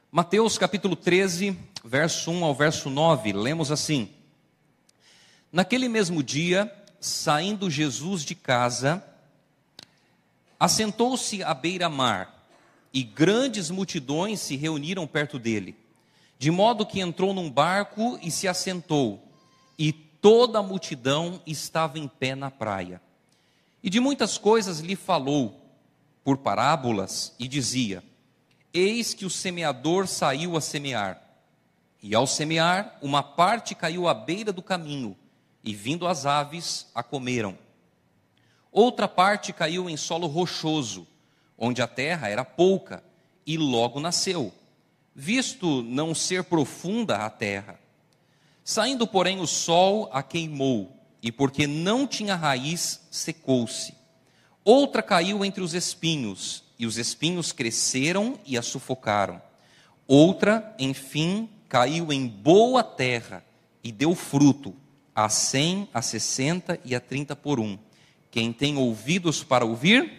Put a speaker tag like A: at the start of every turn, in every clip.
A: Mateus capítulo 13, verso 1 ao verso 9, lemos assim: Naquele mesmo dia, saindo Jesus de casa, assentou-se à beira-mar, e grandes multidões se reuniram perto dele, de modo que entrou num barco e se assentou, e toda a multidão estava em pé na praia. E de muitas coisas lhe falou, por parábolas, e dizia: Eis que o semeador saiu a semear. E ao semear, uma parte caiu à beira do caminho, e vindo as aves, a comeram. Outra parte caiu em solo rochoso, onde a terra era pouca, e logo nasceu, visto não ser profunda a terra. Saindo, porém, o sol a queimou, e porque não tinha raiz, secou-se. Outra caiu entre os espinhos, e os espinhos cresceram e a sufocaram. Outra, enfim, caiu em boa terra e deu fruto, a 100, a 60 e a 30 por um. Quem tem ouvidos para ouvir,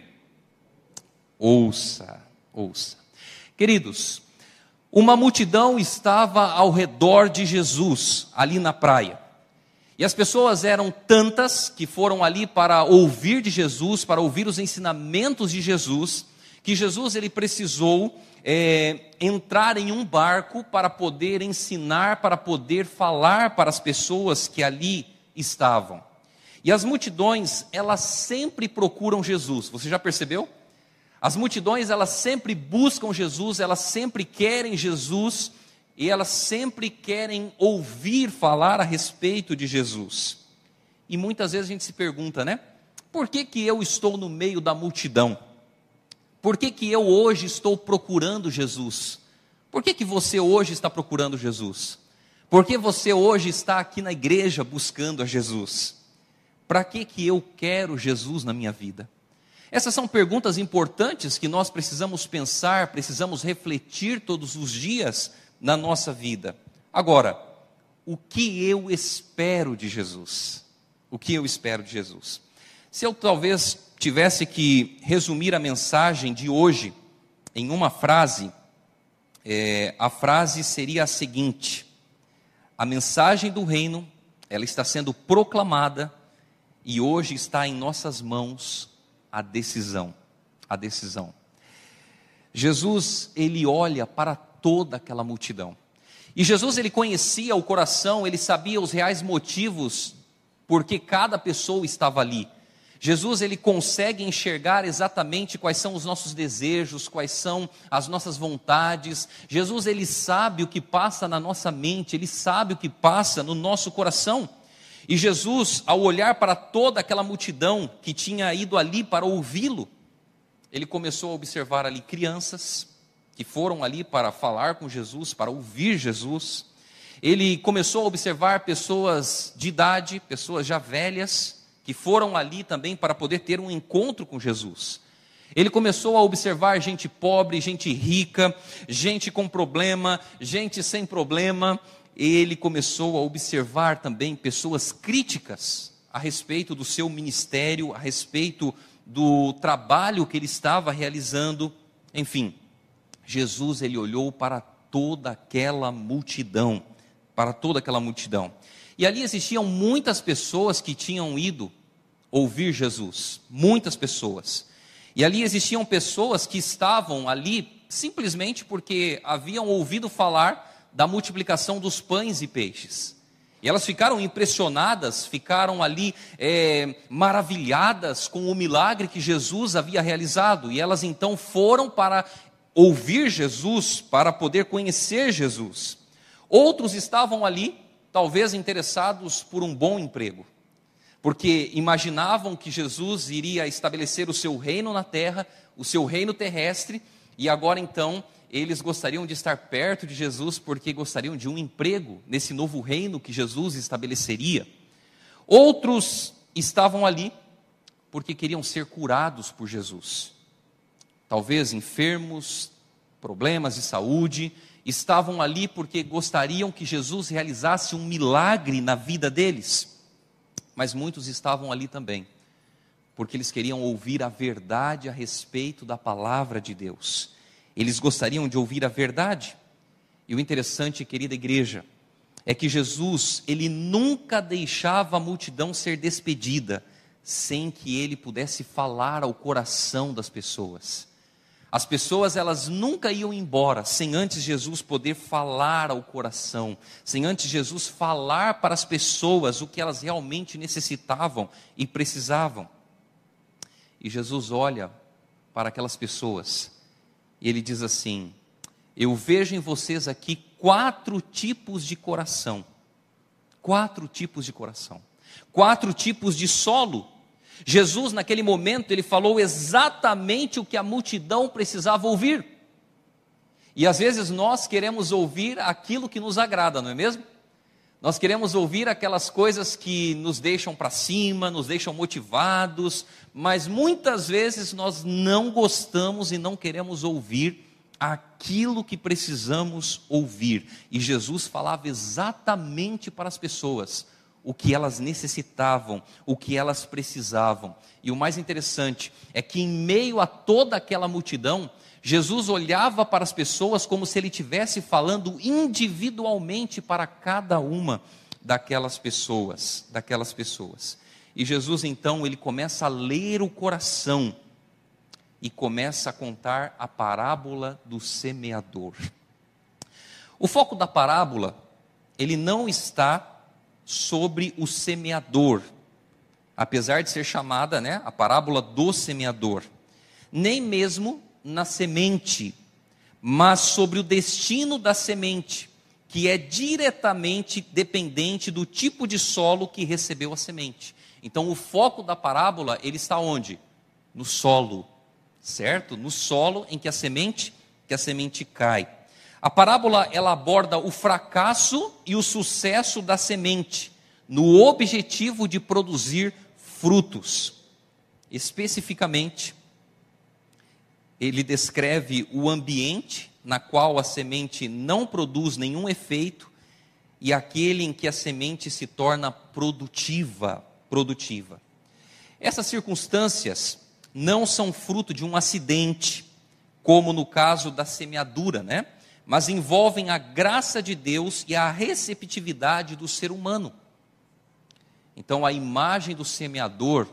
A: ouça. Queridos, uma multidão estava ao redor de Jesus, ali na praia. E as pessoas eram tantas que foram ali para ouvir de Jesus, para ouvir os ensinamentos de Jesus, que Jesus ele precisou entrar em um barco para poder ensinar, para poder falar para as pessoas que ali estavam. E as multidões, elas sempre procuram Jesus, você já percebeu? As multidões, elas sempre buscam Jesus, elas sempre querem Jesus, e elas sempre querem ouvir falar a respeito de Jesus. E muitas vezes a gente se pergunta, né? Por que eu estou no meio da multidão? Por que eu hoje estou procurando Jesus? Por que você hoje está procurando Jesus? Por que você hoje está aqui na igreja buscando a Jesus? Para que eu quero Jesus na minha vida? Essas são perguntas importantes que nós precisamos pensar, precisamos refletir todos os dias na nossa vida. Agora, o que eu espero de Jesus? O que eu espero de Jesus? Se eu talvez tivesse que resumir a mensagem de hoje em uma frase, a frase seria a seguinte: a mensagem do reino, ela está sendo proclamada e hoje está em nossas mãos a decisão. Jesus, ele olha para toda aquela multidão. E Jesus, ele conhecia o coração, ele sabia os reais motivos porque cada pessoa estava ali. Jesus, ele consegue enxergar exatamente quais são os nossos desejos, quais são as nossas vontades. Jesus, ele sabe o que passa na nossa mente, ele sabe o que passa no nosso coração. E Jesus, ao olhar para toda aquela multidão que tinha ido ali para ouvi-lo, ele começou a observar ali crianças que foram ali para falar com Jesus, para ouvir Jesus. Ele começou a observar pessoas de idade, pessoas já velhas, que foram ali também para poder ter um encontro com Jesus. Ele começou a observar gente pobre, gente rica, gente com problema, gente sem problema. Ele começou a observar também pessoas críticas a respeito do seu ministério, a respeito do trabalho que ele estava realizando. Enfim, Jesus, ele olhou para toda aquela multidão, E ali existiam muitas pessoas que tinham ido ouvir Jesus, muitas pessoas. E ali existiam pessoas que estavam ali simplesmente porque haviam ouvido falar da multiplicação dos pães e peixes. E elas ficaram impressionadas, ficaram ali maravilhadas com o milagre que Jesus havia realizado. E elas então foram para ouvir Jesus, para poder conhecer Jesus. Outros estavam ali, talvez interessados por um bom emprego, porque imaginavam que Jesus iria estabelecer o seu reino na terra, o seu reino terrestre, e agora então eles gostariam de estar perto de Jesus, porque gostariam de um emprego nesse novo reino que Jesus estabeleceria. Outros estavam ali porque queriam ser curados por Jesus, talvez enfermos, problemas de saúde. Estavam ali porque gostariam que Jesus realizasse um milagre na vida deles. Mas muitos estavam ali também porque eles queriam ouvir a verdade a respeito da palavra de Deus. Eles gostariam de ouvir a verdade. E o interessante, querida igreja, é que Jesus, ele nunca deixava a multidão ser despedida sem que ele pudesse falar ao coração das pessoas. As pessoas, elas nunca iam embora sem antes Jesus poder falar ao coração, sem antes Jesus falar para as pessoas o que elas realmente necessitavam e precisavam. E Jesus olha para aquelas pessoas e ele diz assim: eu vejo em vocês aqui 4 tipos de coração. 4 tipos de coração. 4 tipos de solo. Jesus, naquele momento, ele falou exatamente o que a multidão precisava ouvir. E às vezes nós queremos ouvir aquilo que nos agrada, não é mesmo? Nós queremos ouvir aquelas coisas que nos deixam para cima, nos deixam motivados, mas muitas vezes nós não gostamos e não queremos ouvir aquilo que precisamos ouvir. E Jesus falava exatamente para as pessoas o que elas necessitavam, o que elas precisavam. E o mais interessante é que em meio a toda aquela multidão, Jesus olhava para as pessoas como se ele estivesse falando individualmente para cada uma daquelas pessoas. E Jesus então, ele começa a ler o coração e começa a contar a parábola do semeador. O foco da parábola, ele não está sobre o semeador, apesar de ser chamada, a parábola do semeador, nem mesmo na semente, mas sobre o destino da semente, que é diretamente dependente do tipo de solo que recebeu a semente. Então o foco da parábola, ele está onde? No solo, certo? No solo em que a semente cai. A parábola, ela aborda o fracasso e o sucesso da semente, no objetivo de produzir frutos. Especificamente, ele descreve o ambiente na qual a semente não produz nenhum efeito e aquele em que a semente se torna produtiva. Essas circunstâncias não são fruto de um acidente, como no caso da semeadura, mas envolvem a graça de Deus e a receptividade do ser humano. Então a imagem do semeador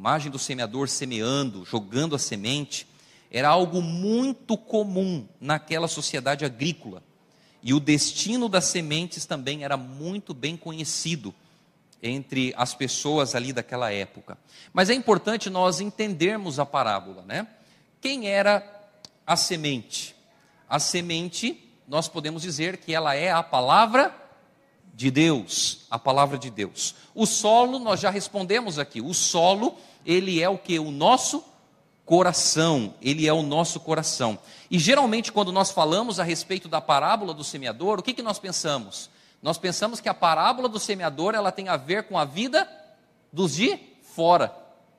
A: semeando, jogando a semente, era algo muito comum naquela sociedade agrícola. E o destino das sementes também era muito bem conhecido entre as pessoas ali daquela época. Mas é importante nós entendermos a parábola, Quem era a semente? A semente, nós podemos dizer que ela é a palavra de Deus, a palavra de Deus. O solo, nós já respondemos aqui, o solo, ele é o que? O nosso coração, ele é o nosso coração. E geralmente quando nós falamos a respeito da parábola do semeador, o que nós pensamos? Nós pensamos que a parábola do semeador, ela tem a ver com a vida dos de fora.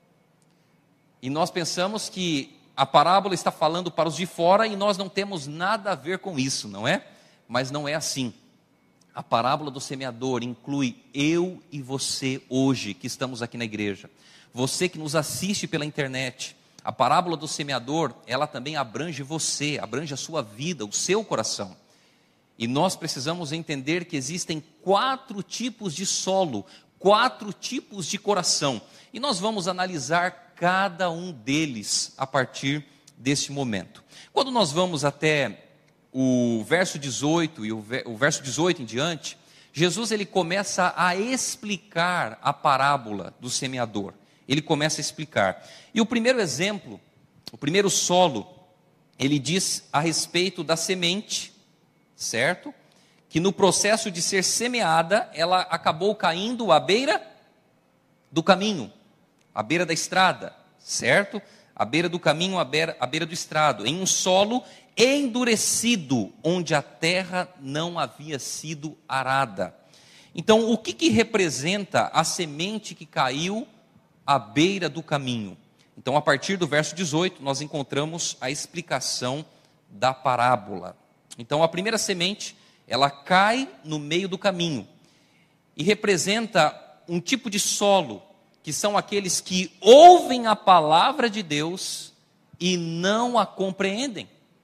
A: E nós pensamos que a parábola está falando para os de fora e nós não temos nada a ver com isso, não é? Mas não é assim. A parábola do semeador inclui eu e você hoje que estamos aqui na igreja. Você que nos assiste pela internet. A parábola do semeador, ela também abrange você, abrange a sua vida, o seu coração. E nós precisamos entender que existem 4 tipos de solo, 4 tipos de coração. E nós vamos analisar cada um deles a partir deste momento. Quando nós vamos até o verso 18 e o verso 18 em diante, Jesus ele começa a explicar a parábola do semeador. Ele começa a explicar. E o primeiro exemplo, o primeiro solo, ele diz a respeito da semente, certo? Que no processo de ser semeada, ela acabou caindo à beira do caminho, à beira da estrada, certo? À beira do caminho, à beira do estrado, em um solo endurecido, onde a terra não havia sido arada. Então, o que representa a semente que caiu à beira do caminho? Então, a partir do verso 18, nós encontramos a explicação da parábola. Então, a primeira semente, ela cai no meio do caminho e representa um tipo de solo, que são aqueles que ouvem a palavra de Deus e não a compreendem.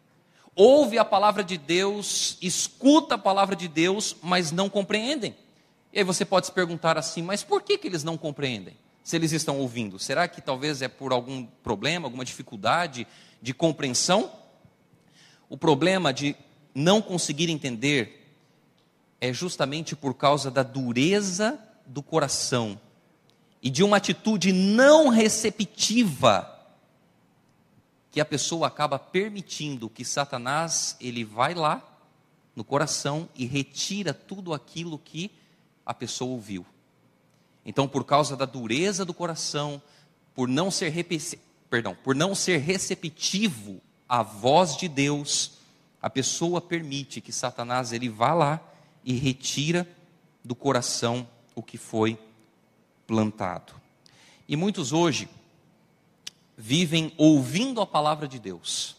A: ouve a palavra de Deus, escuta a palavra de Deus, mas não compreendem. E aí você pode se perguntar assim, mas por que eles não compreendem? Se eles estão ouvindo, será que talvez é por algum problema, alguma dificuldade de compreensão? O problema de não conseguir entender é justamente por causa da dureza do coração e de uma atitude não receptiva, que a pessoa acaba permitindo que Satanás, ele vai lá no coração e retira tudo aquilo que a pessoa ouviu. Então, por causa da dureza do coração, por não ser receptivo à voz de Deus, a pessoa permite que Satanás, ele vá lá e retira do coração o que foi plantado. E muitos hoje vivem ouvindo a palavra de Deus,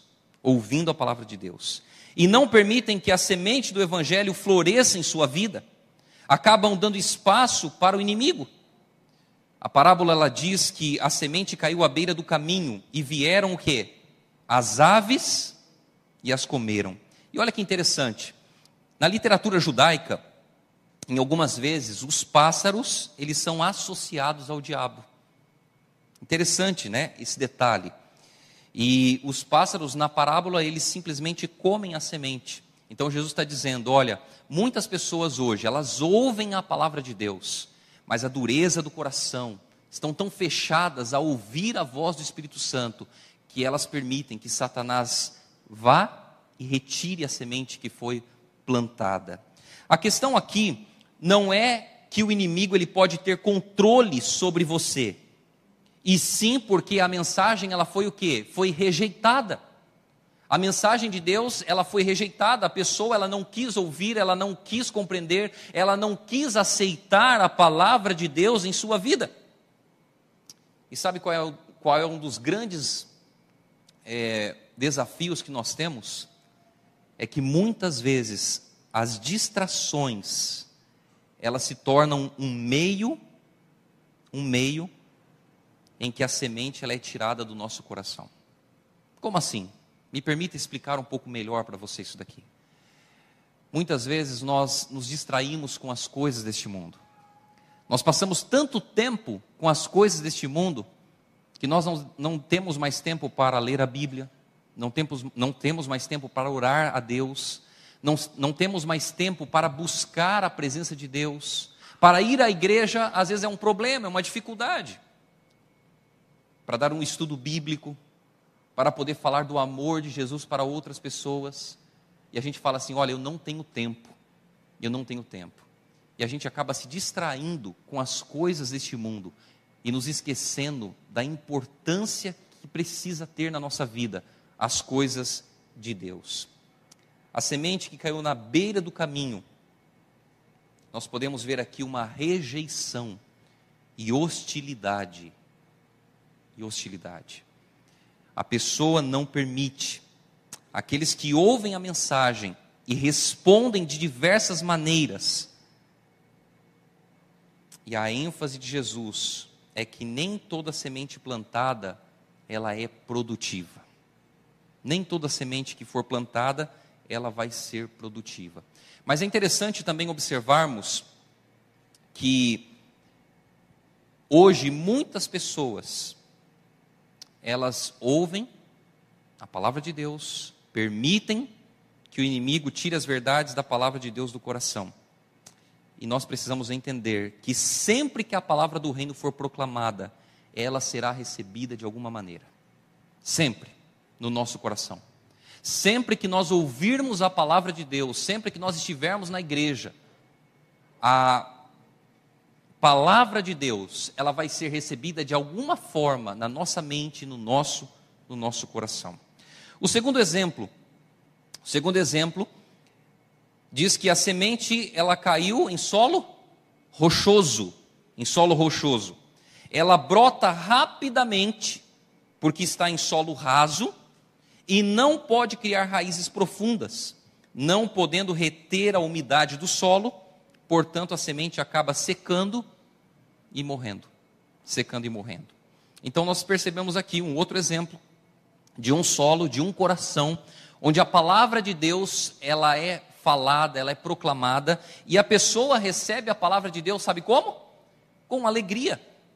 A: e não permitem que a semente do evangelho floresça em sua vida, acabam dando espaço para o inimigo. A parábola, ela diz que a semente caiu à beira do caminho, e vieram o quê? As aves e as comeram. E olha que interessante, na literatura judaica, em algumas vezes, os pássaros, eles são associados ao diabo. Interessante, né, esse detalhe. E os pássaros, na parábola, eles simplesmente comem a semente. Então Jesus está dizendo, olha, muitas pessoas hoje, elas ouvem a palavra de Deus, mas a dureza do coração, estão tão fechadas a ouvir a voz do Espírito Santo, que elas permitem que Satanás vá e retire a semente que foi plantada. A questão aqui não é que o inimigo ele pode ter controle sobre você, e sim porque a mensagem ela foi o quê? Foi rejeitada. A mensagem de Deus ela foi rejeitada, a pessoa ela não quis ouvir, ela não quis compreender, ela não quis aceitar a palavra de Deus em sua vida. E sabe qual é um dos grandes desafios que nós temos? É que muitas vezes as distrações elas se tornam um meio em que a semente ela é tirada do nosso coração. Como assim? Me permita explicar um pouco melhor para você isso daqui. Muitas vezes nós nos distraímos com as coisas deste mundo. Nós passamos tanto tempo com as coisas deste mundo, que nós não temos mais tempo para ler a Bíblia, não temos mais tempo para orar a Deus, não temos mais tempo para buscar a presença de Deus. Para ir à igreja, às vezes é um problema, é uma dificuldade. Para dar um estudo bíblico, para poder falar do amor de Jesus para outras pessoas. E a gente fala assim, olha, eu não tenho tempo. E a gente acaba se distraindo com as coisas deste mundo e nos esquecendo da importância que precisa ter na nossa vida as coisas de Deus. A semente que caiu na beira do caminho, nós podemos ver aqui uma rejeição e hostilidade. A pessoa não permite. Aqueles que ouvem a mensagem e respondem de diversas maneiras. E a ênfase de Jesus é que nem toda semente plantada, ela é produtiva. Nem toda semente que for plantada, ela vai ser produtiva. Mas é interessante também observarmos que hoje muitas pessoas, elas ouvem a palavra de Deus, permitem que o inimigo tire as verdades da palavra de Deus do coração. E nós precisamos entender que sempre que a palavra do reino for proclamada, ela será recebida de alguma maneira. Sempre, no nosso coração. Sempre que nós ouvirmos a palavra de Deus, sempre que nós estivermos na igreja, a palavra de Deus, ela vai ser recebida de alguma forma na nossa mente, no nosso coração. O segundo exemplo diz que a semente, ela caiu em solo rochoso, Ela brota rapidamente, porque está em solo raso, e não pode criar raízes profundas, não podendo reter a umidade do solo, portanto a semente acaba secando e morrendo. Então nós percebemos aqui um outro exemplo de um solo, de um coração, onde a palavra de Deus, ela é falada, ela é proclamada, e a pessoa recebe a palavra de Deus, sabe como? Com alegria,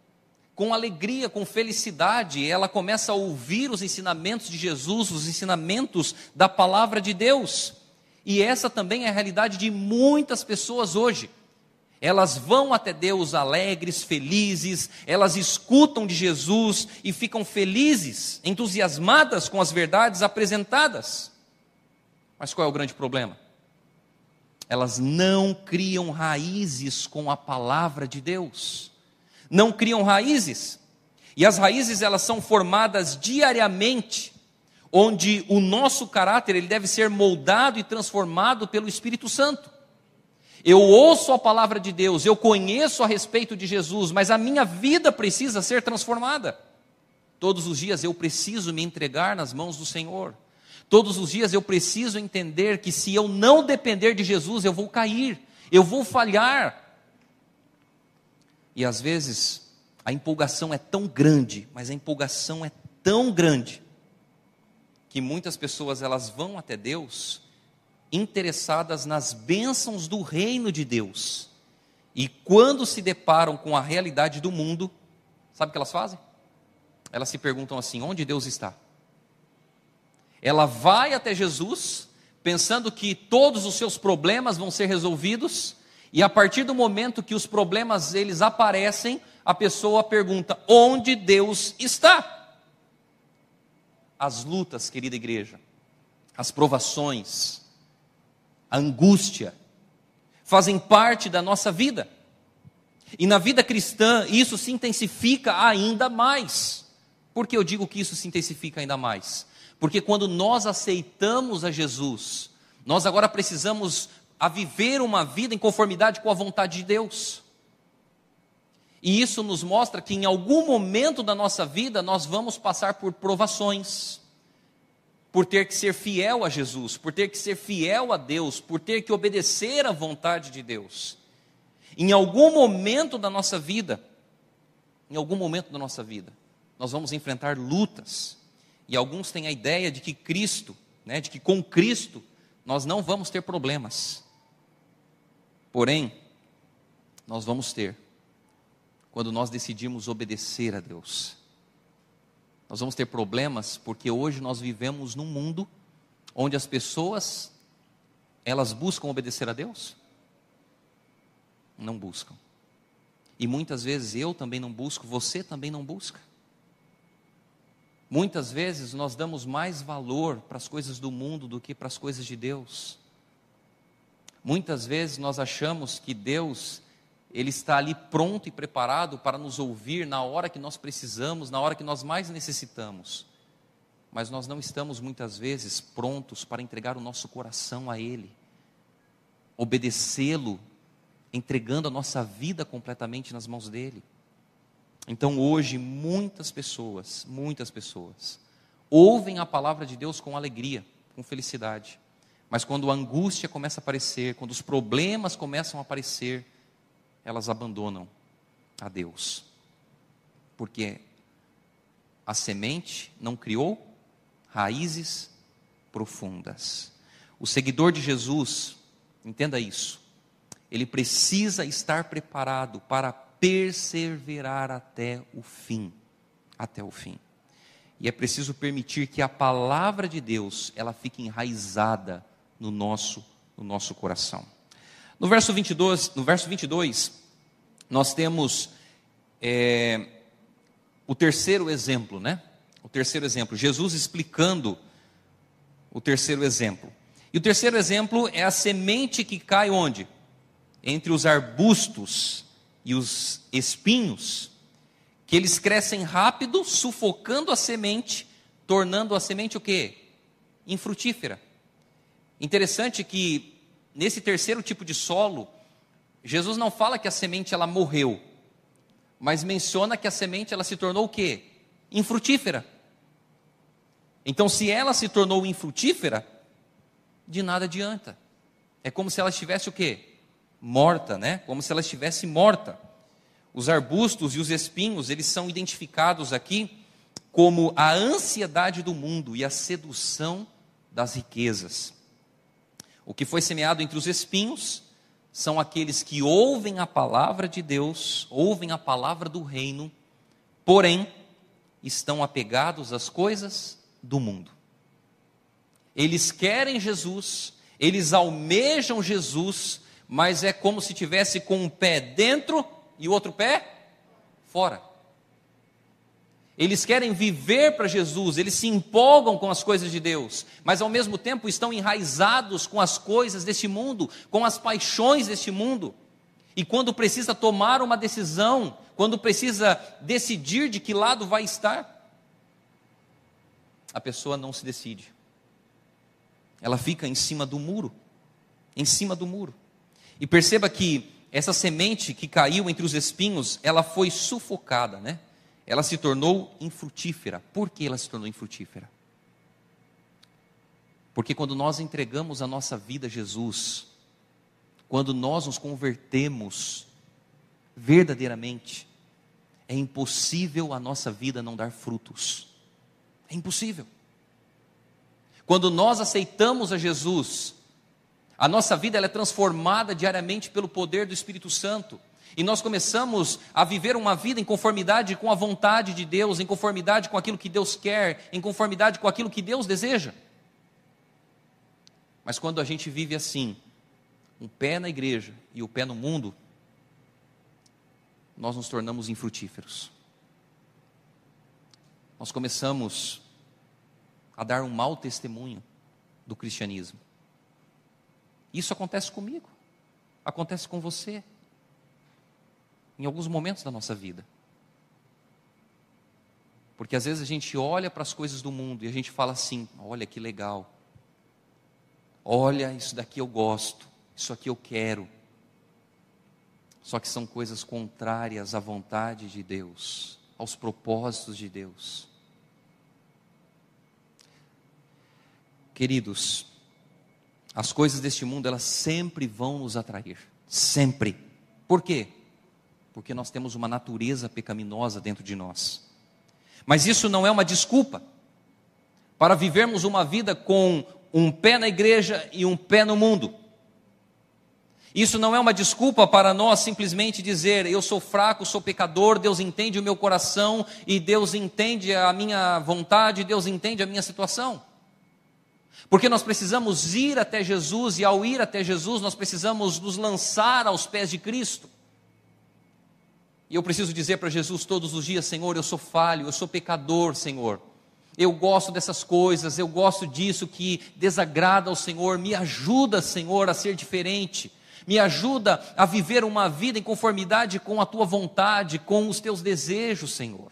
A: com felicidade. Ela começa a ouvir os ensinamentos de Jesus, os ensinamentos da palavra de Deus, e essa também é a realidade de muitas pessoas hoje. Elas vão até Deus alegres, felizes, elas escutam de Jesus e ficam felizes, entusiasmadas com as verdades apresentadas. Mas qual é o grande problema? Elas não criam raízes com a palavra de Deus. Não criam raízes. E as raízes, elas são formadas diariamente, onde o nosso caráter, ele deve ser moldado e transformado pelo Espírito Santo. Eu ouço a palavra de Deus, eu conheço a respeito de Jesus, mas a minha vida precisa ser transformada. Todos os dias eu preciso me entregar nas mãos do Senhor. Todos os dias eu preciso entender que se eu não depender de Jesus, eu vou cair, eu vou falhar. E às vezes a empolgação é tão grande, mas a empolgação é tão grande, que muitas pessoas elas vão até Deus interessadas nas bênçãos do reino de Deus, e quando se deparam com a realidade do mundo, sabe o que elas fazem? Elas se perguntam assim: onde Deus está? Ela vai até Jesus, pensando que todos os seus problemas vão ser resolvidos, e a partir do momento que os problemas eles aparecem, a pessoa pergunta: onde Deus está? As lutas, querida igreja, as provações, a angústia, fazem parte da nossa vida. E na vida cristã, isso se intensifica ainda mais. Por que eu digo que isso se intensifica ainda mais? Porque quando nós aceitamos a Jesus, nós agora precisamos a viver uma vida em conformidade com a vontade de Deus. E isso nos mostra que em algum momento da nossa vida, nós vamos passar por provações, por ter que ser fiel a Jesus, por ter que ser fiel a Deus, por ter que obedecer à vontade de Deus. Em algum momento da nossa vida, nós vamos enfrentar lutas. E alguns têm a ideia de que Cristo, de que com Cristo, nós não vamos ter problemas. Porém, nós vamos ter, quando nós decidimos obedecer a Deus. Nós vamos ter problemas porque hoje nós vivemos num mundo onde as pessoas, elas buscam obedecer a Deus? Não buscam. E muitas vezes eu também não busco, você também não busca. Muitas vezes nós damos mais valor para as coisas do mundo do que para as coisas de Deus. Muitas vezes nós achamos que Deus, Ele está ali pronto e preparado para nos ouvir na hora que nós precisamos, na hora que nós mais necessitamos. Mas nós não estamos muitas vezes prontos para entregar o nosso coração a Ele, obedecê-lo, entregando a nossa vida completamente nas mãos dEle. Então hoje muitas pessoas ouvem a palavra de Deus com alegria, com felicidade. Mas quando a angústia começa a aparecer, quando os problemas começam a aparecer, elas abandonam a Deus. Porque a semente não criou raízes profundas. O seguidor de Jesus, entenda isso, ele precisa estar preparado para perseverar até o fim. E é preciso permitir que a palavra de Deus, ela fique enraizada no nosso coração. No verso 22, nós temos o terceiro exemplo, O terceiro exemplo, Jesus explicando o terceiro exemplo. E o terceiro exemplo é a semente que cai onde? Entre os arbustos e os espinhos, que eles crescem rápido, sufocando a semente, tornando a semente o quê? Infrutífera. Interessante que nesse terceiro tipo de solo, Jesus não fala que a semente ela morreu, mas menciona que a semente ela se tornou o quê? Infrutífera. Então, se ela se tornou infrutífera, de nada adianta. É como se ela estivesse o quê? Morta, Como se ela estivesse morta. Os arbustos e os espinhos, eles são identificados aqui como a ansiedade do mundo e a sedução das riquezas. O que foi semeado entre os espinhos são aqueles que ouvem a palavra de Deus, ouvem a palavra do reino, porém estão apegados às coisas do mundo. Eles querem Jesus, eles almejam Jesus, mas é como se tivesse com um pé dentro e o outro pé fora. Eles querem viver para Jesus, eles se empolgam com as coisas de Deus, mas ao mesmo tempo estão enraizados com as coisas deste mundo, com as paixões deste mundo. E quando precisa tomar uma decisão, quando precisa decidir de que lado vai estar, a pessoa não se decide. Ela fica em cima do muro, em cima do muro. E perceba que essa semente que caiu entre os espinhos, ela foi sufocada, né? Ela se tornou infrutífera. Por que ela se tornou infrutífera? Porque quando nós entregamos a nossa vida a Jesus, quando nós nos convertemos verdadeiramente, é impossível a nossa vida não dar frutos. É impossível. Quando nós aceitamos a Jesus, a nossa vida ela é transformada diariamente pelo poder do Espírito Santo. E nós começamos a viver uma vida em conformidade com a vontade de Deus, em conformidade com aquilo que Deus quer, em conformidade com aquilo que Deus deseja. Mas quando a gente vive assim, um pé na igreja e o pé no mundo, nós nos tornamos infrutíferos. Nós começamos a dar um mau testemunho do cristianismo. Isso acontece comigo, acontece com você, em alguns momentos da nossa vida. Porque às vezes a gente olha para as coisas do mundo e a gente fala assim: olha que legal, olha, isso daqui eu gosto, isso aqui eu quero. Só que são coisas contrárias à vontade de Deus, aos propósitos de Deus. Queridos, as coisas deste mundo, elas sempre vão nos atrair, sempre. Por quê? Porque nós temos uma natureza pecaminosa dentro de nós. Mas isso não é uma desculpa para vivermos uma vida com um pé na igreja e um pé no mundo. Isso não é uma desculpa para nós simplesmente dizer: eu sou fraco, sou pecador, Deus entende o meu coração, e Deus entende a minha vontade, Deus entende a minha situação. Porque nós precisamos ir até Jesus, e ao ir até Jesus, nós precisamos nos lançar aos pés de Cristo. E eu preciso dizer para Jesus todos os dias: Senhor, eu sou falho, eu sou pecador, Senhor. Eu gosto dessas coisas, eu gosto disso que desagrada ao Senhor. Me ajuda, Senhor, a ser diferente. Me ajuda a viver uma vida em conformidade com a Tua vontade, com os Teus desejos, Senhor.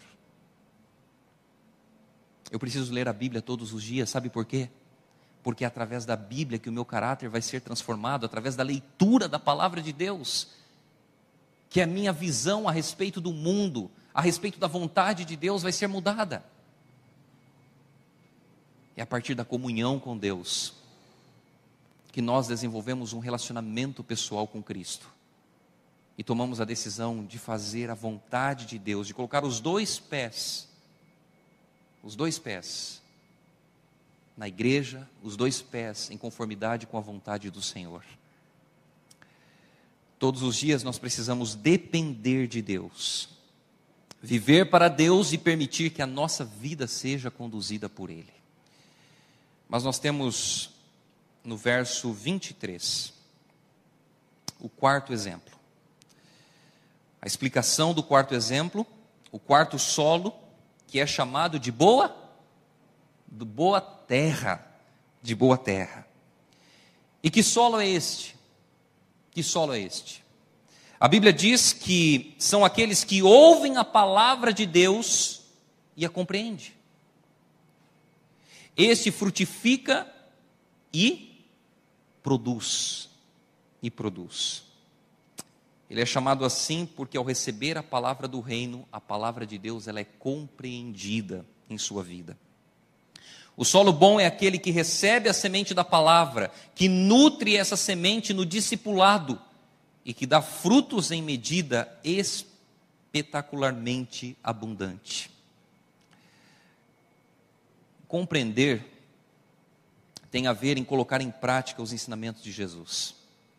A: Eu preciso ler a Bíblia todos os dias, sabe por quê? Porque é através da Bíblia que o meu caráter vai ser transformado, através da leitura da palavra de Deus, que a minha visão a respeito do mundo, a respeito da vontade de Deus vai ser mudada. É a partir da comunhão com Deus que nós desenvolvemos um relacionamento pessoal com Cristo e tomamos a decisão de fazer a vontade de Deus, de colocar os dois pés na igreja, os dois pés em conformidade com a vontade do Senhor. Todos os dias nós precisamos depender de Deus, viver para Deus e permitir que a nossa vida seja conduzida por Ele. Mas nós temos no verso 23 o quarto exemplo. A explicação do quarto exemplo, o quarto solo, que é chamado de boa terra, de boa terra. E que solo é este? Que solo é este? A Bíblia diz que são aqueles que ouvem a palavra de Deus e a compreendem. Este frutifica e produz. Ele é chamado assim porque ao receber a palavra do reino, a palavra de Deus ela é compreendida em sua vida. O solo bom é aquele que recebe a semente da palavra, que nutre essa semente no discipulado e que dá frutos em medida espetacularmente abundante. Compreender tem a ver em colocar em prática os ensinamentos de Jesus.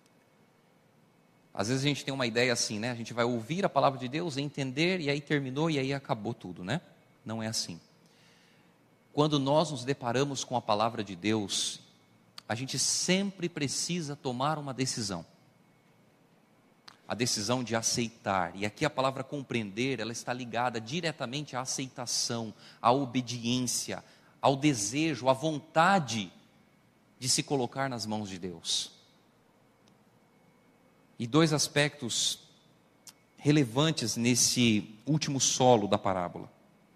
A: Às vezes a gente tem uma ideia assim, né? A gente vai ouvir a palavra de Deus, entender, e aí terminou, e aí acabou tudo, né? Não é assim. Quando nós nos deparamos com a palavra de Deus, a gente sempre precisa tomar uma decisão. A decisão de aceitar. E aqui a palavra compreender, ela está ligada diretamente à aceitação, à obediência, ao desejo, à vontade de se colocar nas mãos de Deus. E dois aspectos relevantes nesse último solo da parábola.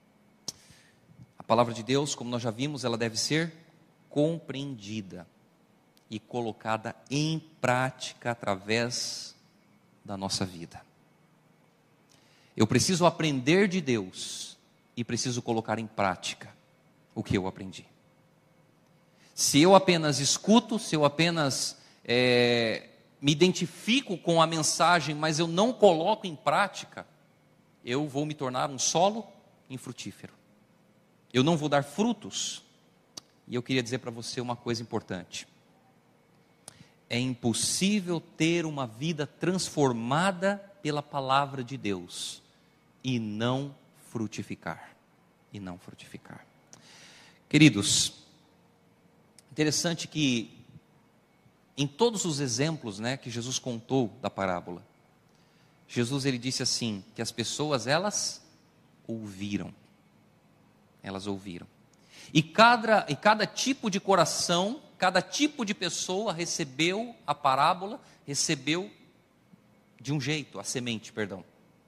A: A palavra de Deus, como nós já vimos, ela deve ser compreendida e colocada em prática através da nossa vida. Eu preciso aprender de Deus e preciso colocar em prática o que eu aprendi. Se eu apenas escuto, se eu apenas me identifico com a mensagem, mas eu não coloco em prática, eu vou me tornar um solo infrutífero. Eu não vou dar frutos. E eu queria dizer para você uma coisa importante. É impossível ter uma vida transformada pela palavra de Deus e não frutificar. E não frutificar. Queridos, interessante que em todos os exemplos, né, que Jesus contou da parábola, Jesus ele disse assim, que as pessoas elas ouviram. Elas ouviram. E cada tipo de coração, cada tipo de pessoa recebeu a parábola, recebeu de um jeito, a semente, perdão.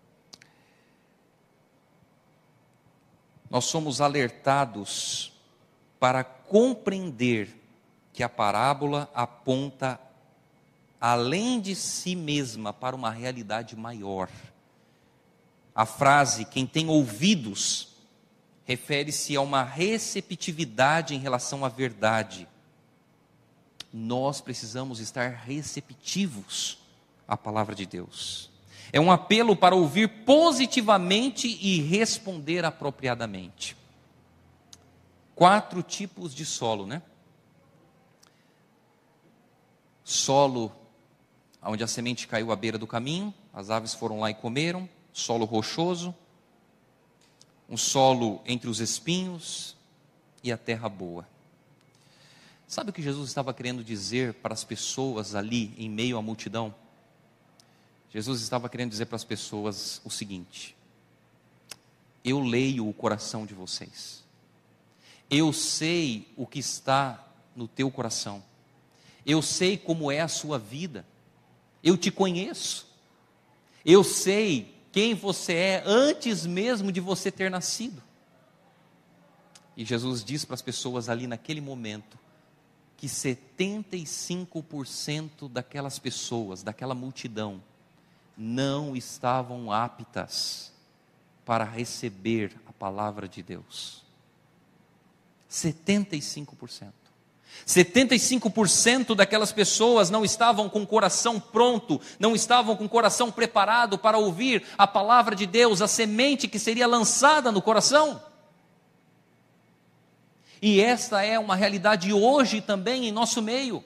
A: Nós somos alertados para compreender que a parábola aponta além de si mesma para uma realidade maior. A frase, quem tem ouvidos, refere-se a uma receptividade em relação à verdade. Nós precisamos estar receptivos à palavra de Deus. É um apelo para ouvir positivamente e responder apropriadamente. 4 tipos de solo, né? Solo onde a semente caiu à beira do caminho, as aves foram lá e comeram. Solo rochoso, um solo entre os espinhos e a terra boa. Sabe o que Jesus estava querendo dizer para as pessoas ali em meio à multidão? Jesus estava querendo dizer para as pessoas o seguinte: eu leio o coração de vocês, eu sei o que está no teu coração, eu sei como é a sua vida, eu te conheço, eu sei quem você é antes mesmo de você ter nascido. E Jesus diz para as pessoas ali naquele momento que 75% daquelas pessoas, daquela multidão, não estavam aptas para receber a palavra de Deus. 75%. 75% daquelas pessoas não estavam com o coração pronto, não estavam com o coração preparado para ouvir a palavra de Deus, a semente que seria lançada no coração. E esta é uma realidade hoje também em nosso meio.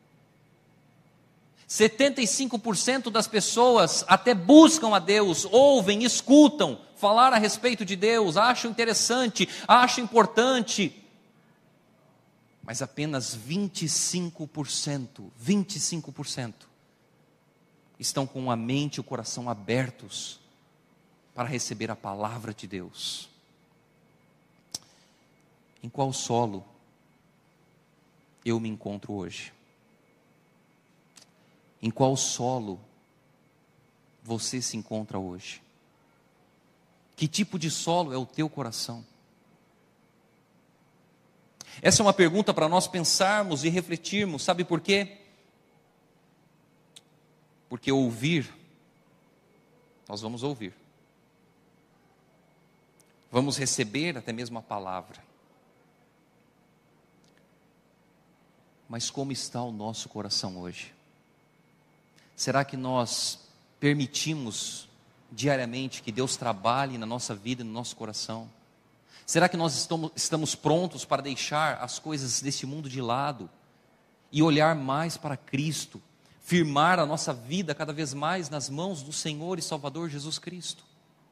A: 75% das pessoas até buscam a Deus, ouvem, escutam falar a respeito de Deus, acham interessante, acham importante, mas apenas 25% estão com a mente e o coração abertos para receber a palavra de Deus. Em qual solo eu me encontro hoje? Em qual solo você se encontra hoje? Que tipo de solo é o teu coração? Essa é uma pergunta para nós pensarmos e refletirmos. Sabe por quê? Porque ouvir, nós vamos ouvir. Vamos receber até mesmo a palavra. Mas como está o nosso coração hoje? Será que nós permitimos diariamente que Deus trabalhe na nossa vida e no nosso coração? Será que nós estamos prontos para deixar as coisas deste mundo de lado e olhar mais para Cristo, firmar a nossa vida cada vez mais nas mãos do Senhor e Salvador Jesus Cristo?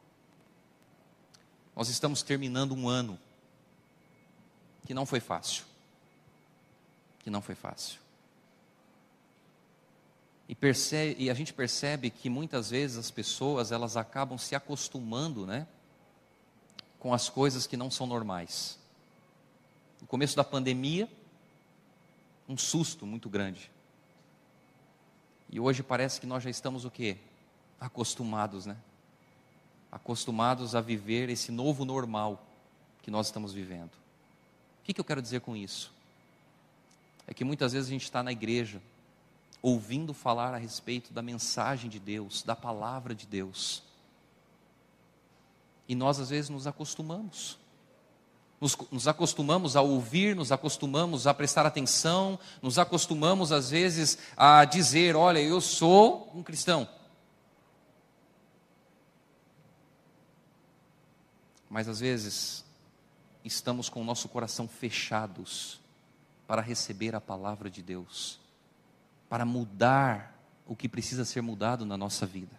A: Nós estamos terminando um ano que não foi fácil. E a gente percebe que muitas vezes as pessoas, elas acabam se acostumando, né, com as coisas que não são normais. No começo da pandemia, um susto muito grande. E hoje parece que nós já estamos o quê? Acostumados, né? Acostumados a viver esse novo normal que nós estamos vivendo. O que eu quero dizer com isso? É que muitas vezes a gente está na igreja, ouvindo falar a respeito da mensagem de Deus, da palavra de Deus. E nós às vezes nos acostumamos. Nos acostumamos a ouvir, nos acostumamos a prestar atenção, nos acostumamos às vezes a dizer, olha, eu sou um cristão. Mas às vezes estamos com o nosso coração fechados para receber a palavra de Deus, para mudar o que precisa ser mudado na nossa vida.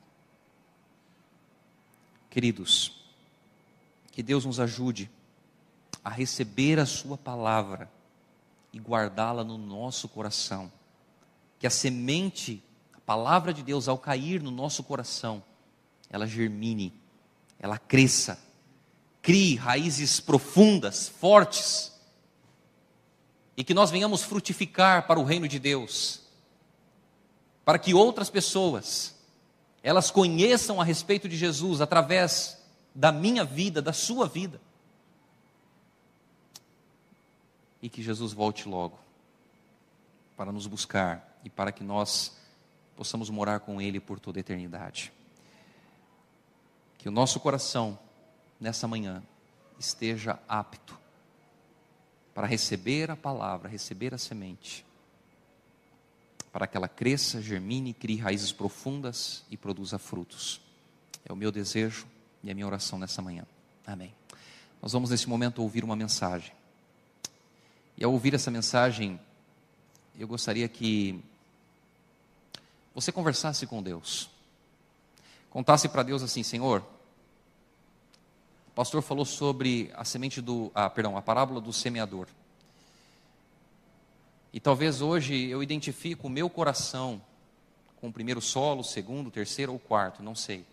A: Queridos, que Deus nos ajude a receber a sua palavra e guardá-la no nosso coração. Que a semente, a palavra de Deus, ao cair no nosso coração, ela germine, ela cresça, crie raízes profundas, fortes, e que nós venhamos frutificar para o reino de Deus, para que outras pessoas, elas conheçam a respeito de Jesus através da minha vida, da sua vida, e que Jesus volte logo para nos buscar e para que nós possamos morar com Ele por toda a eternidade. Que o nosso coração nessa manhã esteja apto para receber a palavra, receber a semente, para que ela cresça, germine, crie raízes profundas e produza frutos. É o meu desejo e a minha oração nessa manhã. Amém. Nós vamos nesse momento ouvir uma mensagem. E ao ouvir essa mensagem, eu gostaria que você conversasse com Deus. Contasse para Deus assim, Senhor, o pastor falou sobre a parábola do semeador. E talvez hoje eu identifique o meu coração com o primeiro solo, o segundo, o terceiro ou o quarto, não sei.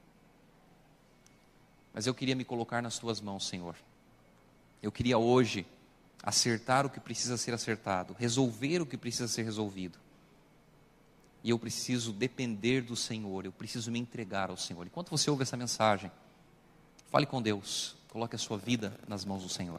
A: Mas eu queria me colocar nas tuas mãos, Senhor. Eu queria hoje acertar o que precisa ser acertado, resolver o que precisa ser resolvido. E eu preciso depender do Senhor, eu preciso me entregar ao Senhor. Enquanto você ouve essa mensagem, fale com Deus, coloque a sua vida nas mãos do Senhor.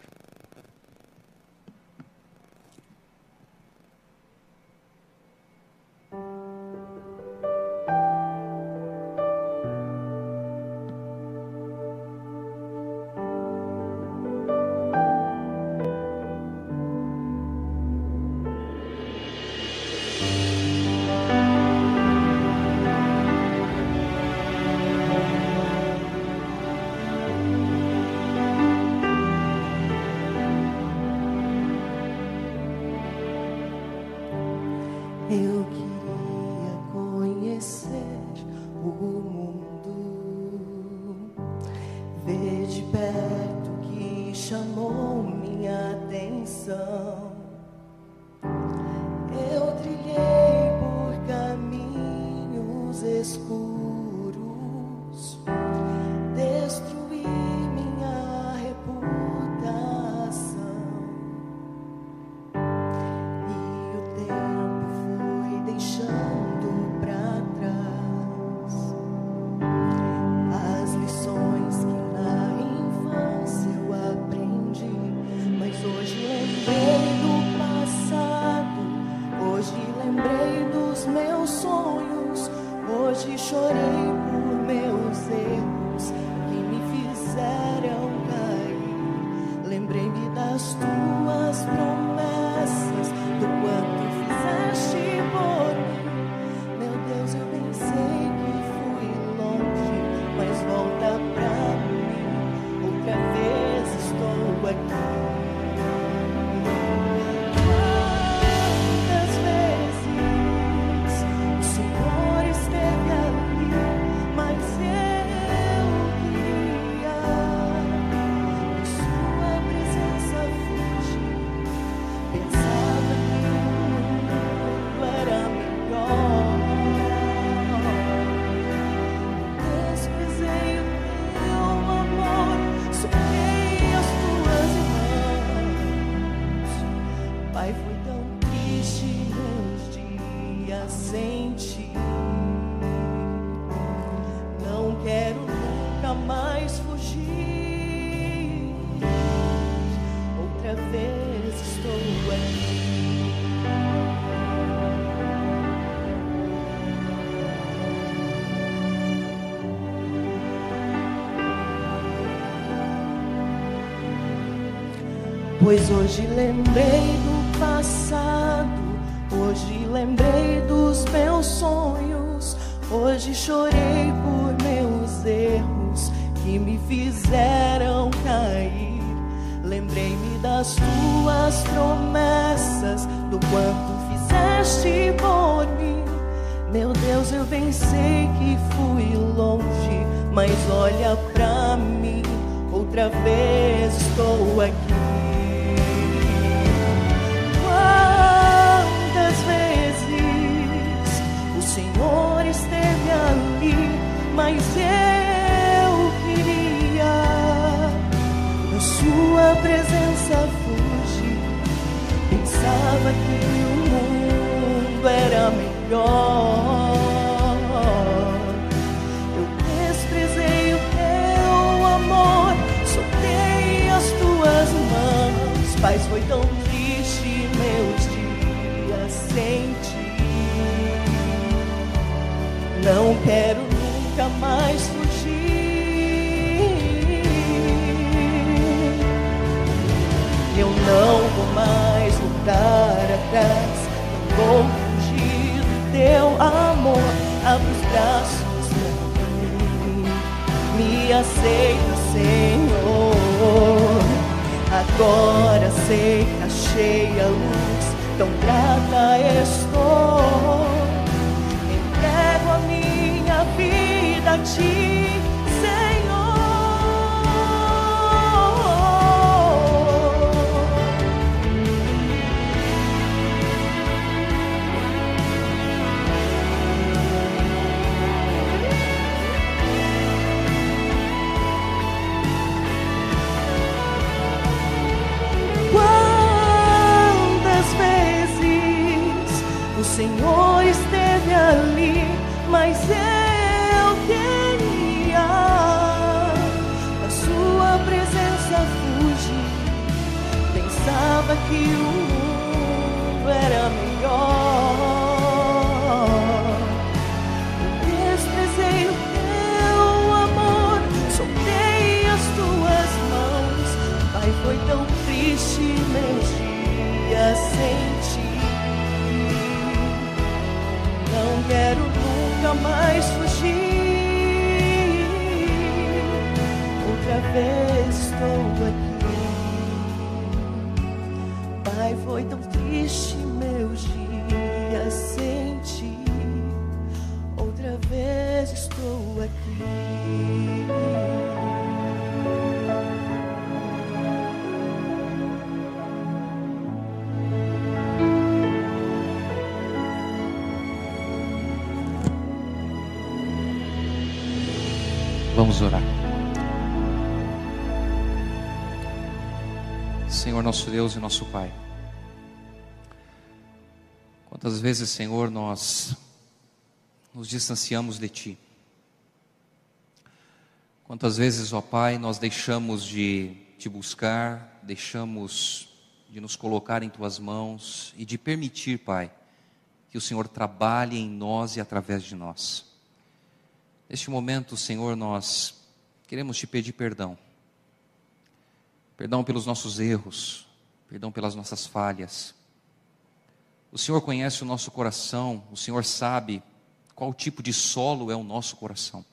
B: Eu queria conhecer o mundo, ver de perto o que chamou minha atenção. Eu trilhei por caminhos escuros, destruí minha reputação. Deixando pra trás as lições que na infância eu aprendi. Mas hoje lembrei do passado, hoje lembrei dos meus sonhos, hoje chorei por meus erros que me fizeram cair. Lembrei-me das tuas promessas, do quanto fizeste por mim. Meu Deus, eu bem sei que fui longe, mas volta pra mim. Outra vez estou dia sem ti. Não quero nunca mais fugir. Outra vez estou aqui. Pois hoje lembrei do passado, hoje lembrei dos meus sonhos, hoje chorei por meus erros que me fizeram cair. Lembrei-me das tuas promessas, do quanto fizeste por mim. Meu Deus, eu bem sei que fui longe, mas olha pra mim, outra vez estou aqui. Quantas vezes o Senhor esteve ali, mas eu queria na sua presença fugir. Pensava que o mundo era melhor. Eu desprezei o teu amor, soltei as tuas mãos. Pai, foi tão triste meus dias sem ti. Não quero nunca mais fugir. Eu não vou mais voltar atrás. Não vou fugir do teu amor. Abre os braços pra mim. Me aceita, Senhor. Agora sei que achei a luz, tão grata estou. Entrego a minha vida a ti, Senhor. O Senhor esteve ali, mas eu queria da sua presença fugir. Pensava que o mundo era melhor. Eu desprezei o teu amor, soltei as tuas mãos. Pai, foi tão triste meus dias sem ti. Não quero nunca mais fugir. Outra vez estou aqui. Pai, foi tão triste meus dias sem ti. Outra vez estou aqui.
A: Vamos orar. Senhor nosso Deus e nosso Pai, quantas vezes, Senhor, nós nos distanciamos de Ti. Quantas vezes, ó Pai, nós deixamos de Te buscar, deixamos de nos colocar em Tuas mãos e de permitir, Pai, que o Senhor trabalhe em nós e através de nós. Neste momento, Senhor, nós queremos Te pedir perdão. Perdão pelos nossos erros, perdão pelas nossas falhas. O Senhor conhece o nosso coração, o Senhor sabe qual tipo de solo é o nosso coração.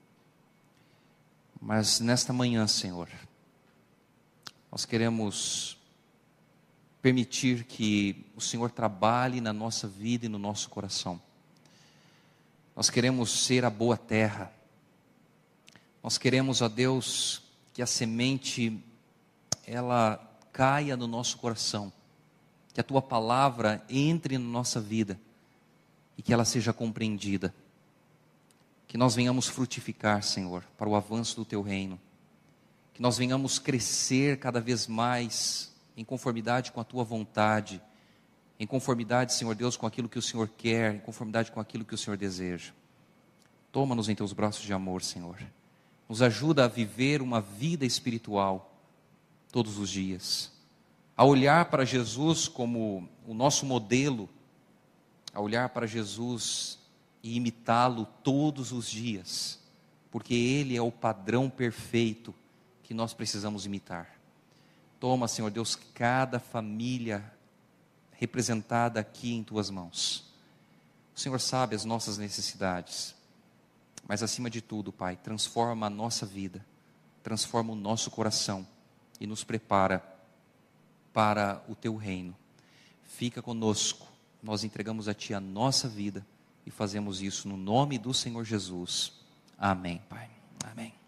A: Mas nesta manhã, Senhor, nós queremos permitir que o Senhor trabalhe na nossa vida e no nosso coração. Nós queremos ser a boa terra. Nós queremos, ó Deus, que a semente, ela caia no nosso coração. Que a Tua palavra entre na nossa vida. E que ela seja compreendida. Que nós venhamos frutificar, Senhor, para o avanço do Teu reino. Que nós venhamos crescer cada vez mais em conformidade com a Tua vontade. em conformidade, Senhor Deus, com aquilo que o Senhor quer, em conformidade com aquilo que o Senhor deseja. Toma-nos em teus braços de amor, Senhor. Nos ajuda a viver uma vida espiritual todos os dias, a olhar para Jesus como o nosso modelo, a olhar para Jesus e imitá-lo todos os dias, porque Ele é o padrão perfeito que nós precisamos imitar. Toma, Senhor Deus, cada família representada aqui em Tuas mãos. O Senhor sabe as nossas necessidades, mas acima de tudo, Pai, transforma a nossa vida, transforma o nosso coração e nos prepara para o Teu reino. Fica conosco, nós entregamos a Ti a nossa vida e fazemos isso no nome do Senhor Jesus. Amém, Pai. Amém.